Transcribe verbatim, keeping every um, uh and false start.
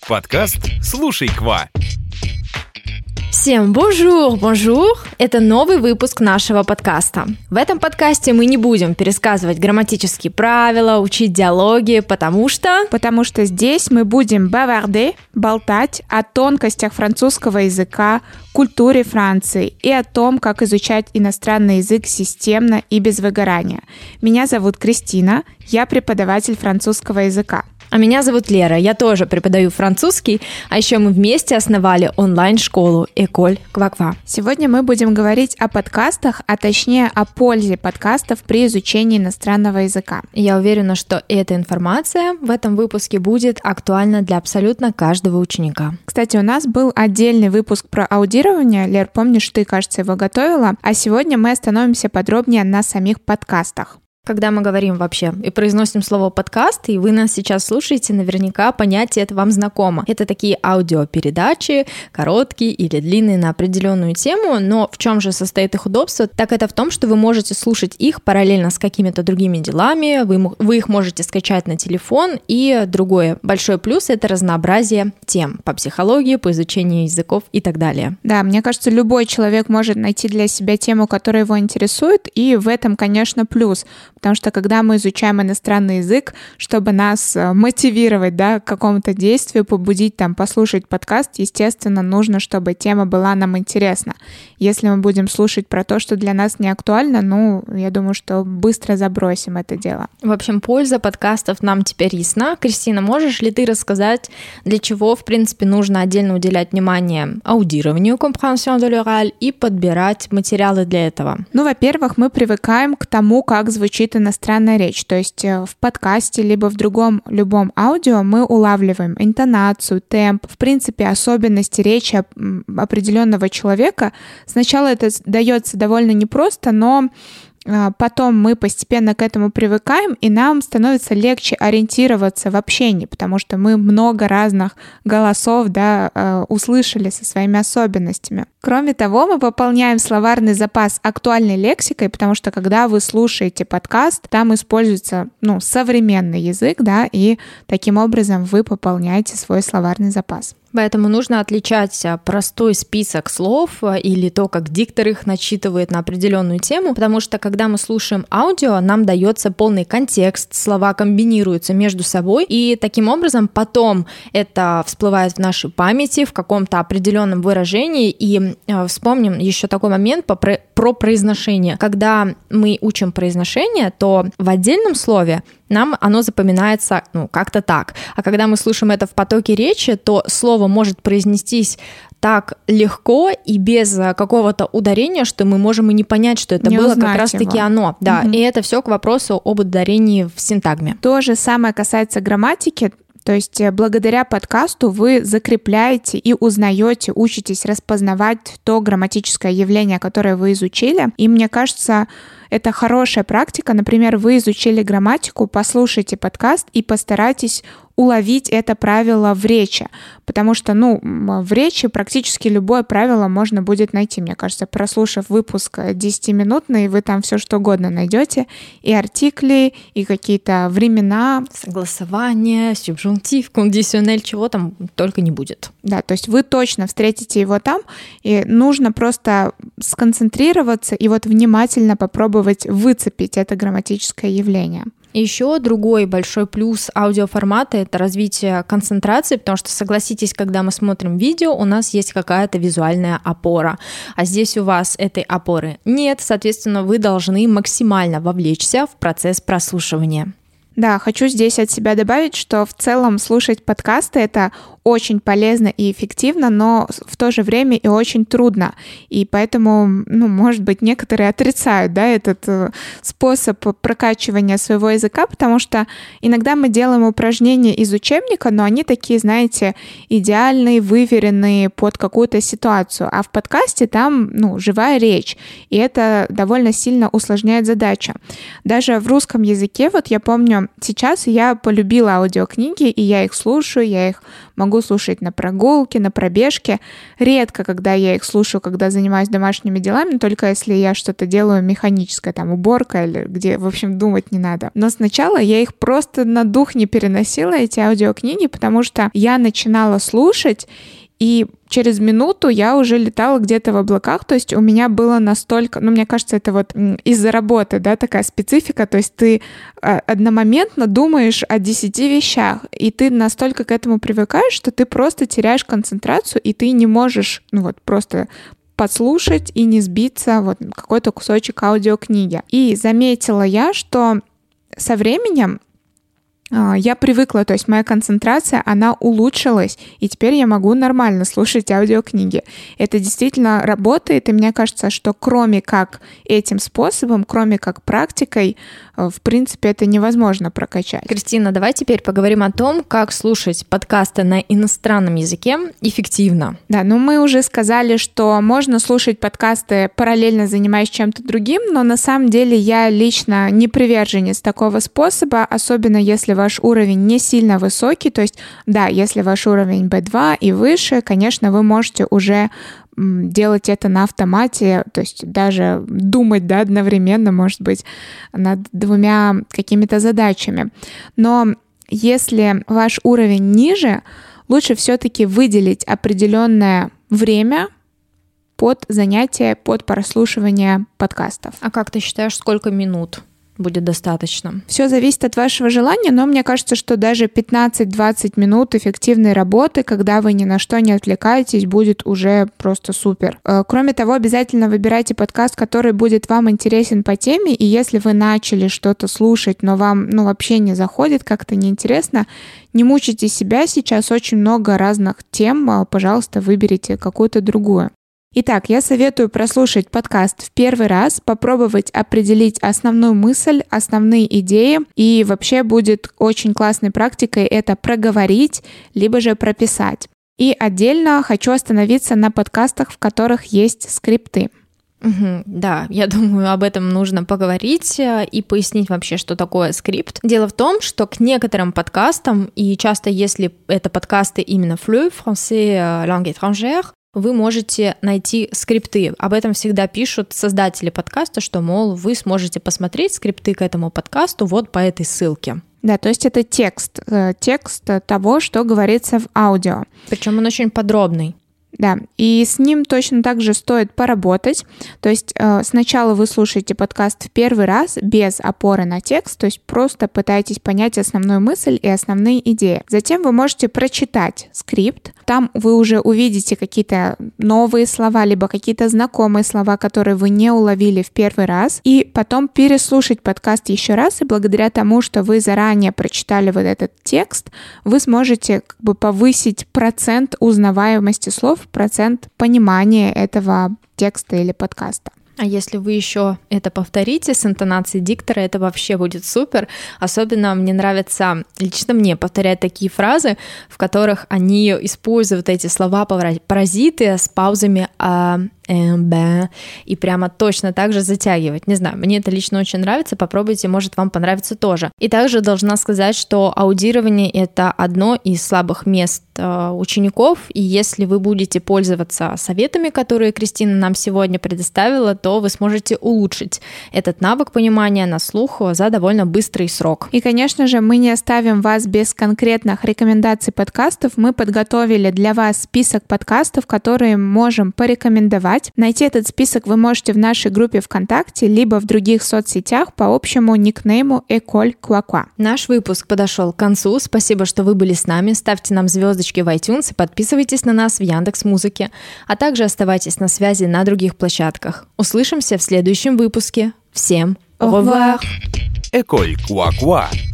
Подкаст «Слушай, Ква». Всем бонжур, бонжур! Это новый выпуск нашего подкаста. В этом подкасте мы не будем пересказывать грамматические правила, учить диалоги, потому что... Потому что здесь мы будем баварде, болтать о тонкостях французского языка, культуре Франции и о том, как изучать иностранный язык системно и без выгорания. Меня зовут Кристина, я преподаватель французского языка. А меня зовут Лера, я тоже преподаю французский, а еще мы вместе основали онлайн-школу École Kva-Kva. Сегодня мы будем говорить о подкастах, а точнее о пользе подкастов при изучении иностранного языка. Я уверена, что эта информация в этом выпуске будет актуальна для абсолютно каждого ученика. Кстати, у нас был отдельный выпуск про аудирование. Лер, помнишь, ты, кажется, его готовила, а сегодня мы остановимся подробнее на самих подкастах. Когда мы говорим вообще и произносим слово «подкаст», и вы нас сейчас слушаете, наверняка понятие это вам знакомо. Это такие аудиопередачи, короткие или длинные на определенную тему, но в чем же состоит их удобство? Так это в том, что вы можете слушать их параллельно с какими-то другими делами, вы, вы их можете скачать на телефон, и другой большой плюс — это разнообразие тем по психологии, по изучению языков и так далее. Да, мне кажется, любой человек может найти для себя тему, которая его интересует, и в этом, конечно, плюс. Потому что когда мы изучаем иностранный язык, чтобы нас мотивировать, да, к какому-то действию, побудить там послушать подкаст, естественно, нужно, чтобы тема была нам интересна. Если мы будем слушать про то, что для нас не актуально, ну, я думаю, что быстро забросим это дело. В общем, польза подкастов нам теперь ясна. Кристина, можешь ли ты рассказать, для чего, в принципе, нужно отдельно уделять внимание аудированию, compréhension de l'oral, и подбирать материалы для этого? Ну, во-первых, мы привыкаем к тому, как звучит иностранная речь, то есть в подкасте либо в другом любом аудио мы улавливаем интонацию, темп, в принципе, особенности речи определенного человека. Сначала это дается довольно непросто, но потом мы постепенно к этому привыкаем, и нам становится легче ориентироваться в общении, потому что мы много разных голосов, да, услышали со своими особенностями. Кроме того, мы пополняем словарный запас актуальной лексикой, потому что когда вы слушаете подкаст, там используется, ну, современный язык, да, и таким образом вы пополняете свой словарный запас. Поэтому нужно отличать простой список слов или то, как диктор их начитывает на определенную тему, потому что когда мы слушаем аудио, нам дается полный контекст, слова комбинируются между собой, и таким образом потом это всплывает в нашей памяти в каком-то определенном выражении. И вспомним еще такой момент про, про произношение. Когда мы учим произношение, то в отдельном слове нам оно запоминается, ну, как-то так. А когда мы слушаем это в потоке речи, то слово может произнестись так легко и без какого-то ударения, что мы можем и не понять, что это не было как раз-таки оно. Да, угу. И это все к вопросу об ударении в синтагме. То же самое касается грамматики. То есть благодаря подкасту вы закрепляете и узнаете, учитесь распознавать то грамматическое явление, которое вы изучили. И мне кажется, это хорошая практика. Например, вы изучили грамматику, послушайте подкаст и постарайтесь уловить это правило в речи, потому что, ну, в речи практически любое правило можно будет найти. Мне кажется, прослушав выпуск десятиминутный, вы там все что угодно найдете, и артикли, и какие-то времена. Согласование, субжунктив, кондиционель, чего там только не будет. Да, то есть вы точно встретите его там, и нужно просто сконцентрироваться и вот внимательно попробовать выцепить это грамматическое явление. Еще другой большой плюс аудиоформата — это развитие концентрации, потому что, согласитесь, когда мы смотрим видео, у нас есть какая-то визуальная опора, а здесь у вас этой опоры нет, соответственно, вы должны максимально вовлечься в процесс прослушивания. Да, хочу здесь от себя добавить, что в целом слушать подкасты — это очень полезно и эффективно, но в то же время и очень трудно. И поэтому, ну, может быть, некоторые отрицают, да, этот э, способ прокачивания своего языка, потому что иногда мы делаем упражнения из учебника, но они такие, знаете, идеальные, выверенные под какую-то ситуацию. А в подкасте там, ну, живая речь, и это довольно сильно усложняет задачу. Даже в русском языке, вот я помню, сейчас я полюбила аудиокниги, и я их слушаю, я их могу слушать на прогулке, на пробежке. Редко, когда я их слушаю, когда занимаюсь домашними делами, только если я что-то делаю механическое, там, уборка или где, в общем, думать не надо. Но сначала я их просто на дух не переносила, эти аудиокниги, потому что я начинала слушать, и через минуту я уже летала где-то в облаках, то есть у меня было настолько, ну, мне кажется, это вот из-за работы, да, такая специфика, то есть ты одномоментно думаешь о десяти вещах, и ты настолько к этому привыкаешь, что ты просто теряешь концентрацию, и ты не можешь, ну, вот, просто подслушать и не сбиться вот какой-то кусочек аудиокниги. И заметила я, что со временем я привыкла, то есть моя концентрация, она улучшилась, и теперь я могу нормально слушать аудиокниги. Это действительно работает, и мне кажется, что кроме как этим способом, кроме как практикой, в принципе, это невозможно прокачать. Кристина, давай теперь поговорим о том, как слушать подкасты на иностранном языке эффективно. Да, ну мы уже сказали, что можно слушать подкасты, параллельно занимаясь чем-то другим, но на самом деле я лично не приверженец такого способа, особенно если ваш уровень не сильно высокий, то есть, да, если ваш уровень би два и выше, конечно, вы можете уже делать это на автомате, то есть даже думать, да, одновременно, может быть, над двумя какими-то задачами. Но если ваш уровень ниже, лучше все-таки выделить определенное время под занятие, под прослушивание подкастов. А как ты считаешь, сколько минут будет достаточно? Все зависит от вашего желания, но мне кажется, что даже пятнадцать-двадцать минут эффективной работы, когда вы ни на что не отвлекаетесь, будет уже просто супер. Кроме того, обязательно выбирайте подкаст, который будет вам интересен по теме, и если вы начали что-то слушать, но вам ну, вообще не заходит, как-то неинтересно, не мучайте себя, сейчас очень много разных тем, пожалуйста, выберите какую-то другую. Итак, я советую прослушать подкаст в первый раз, попробовать определить основную мысль, основные идеи, и вообще будет очень классной практикой это проговорить, либо же прописать. И отдельно хочу остановиться на подкастах, в которых есть скрипты. Угу, да, я думаю, об этом нужно поговорить и пояснить вообще, что такое скрипт. Дело в том, что к некоторым подкастам, и часто если это подкасты именно Fleu, français, langue étrangère, вы можете найти скрипты. Об этом всегда пишут создатели подкаста, что, мол, вы сможете посмотреть скрипты к этому подкасту вот по этой ссылке. Да, то есть это текст, текст того, что говорится в аудио. Причем он очень подробный. Да, и с ним точно так же стоит поработать. То есть э, сначала вы слушаете подкаст в первый раз без опоры на текст, то есть просто пытаетесь понять основную мысль и основные идеи. Затем вы можете прочитать скрипт. Там вы уже увидите какие-то новые слова, либо какие-то знакомые слова, которые вы не уловили в первый раз. И потом переслушать подкаст еще раз, и благодаря тому, что вы заранее прочитали вот этот текст, вы сможете как бы повысить процент узнаваемости слов, процент понимания этого текста или подкаста. А если вы еще это повторите с интонацией диктора, это вообще будет супер. Особенно мне нравится, лично мне, повторять такие фразы, в которых они используют эти слова-паразиты с паузами «а», «б», и прямо точно так же затягивать. Не знаю, мне это лично очень нравится, попробуйте, может, вам понравится тоже. И также должна сказать, что аудирование — это одно из слабых мест учеников, и если вы будете пользоваться советами, которые Кристина нам сегодня предоставила, то вы сможете улучшить этот навык понимания на слух за довольно быстрый срок. И, конечно же, мы не оставим вас без конкретных рекомендаций подкастов. Мы подготовили для вас список подкастов, которые можем порекомендовать. Найти этот список вы можете в нашей группе ВКонтакте, либо в других соцсетях по общему никнейму École Quoi-Quoi. Наш выпуск подошел к концу. Спасибо, что вы были с нами. Ставьте нам звездочки в iTunes и подписывайтесь на нас в Яндекс.Музыке, а также оставайтесь на связи на других площадках. Услышимся в следующем выпуске. Всем au revoir! École Quoi-Quoi.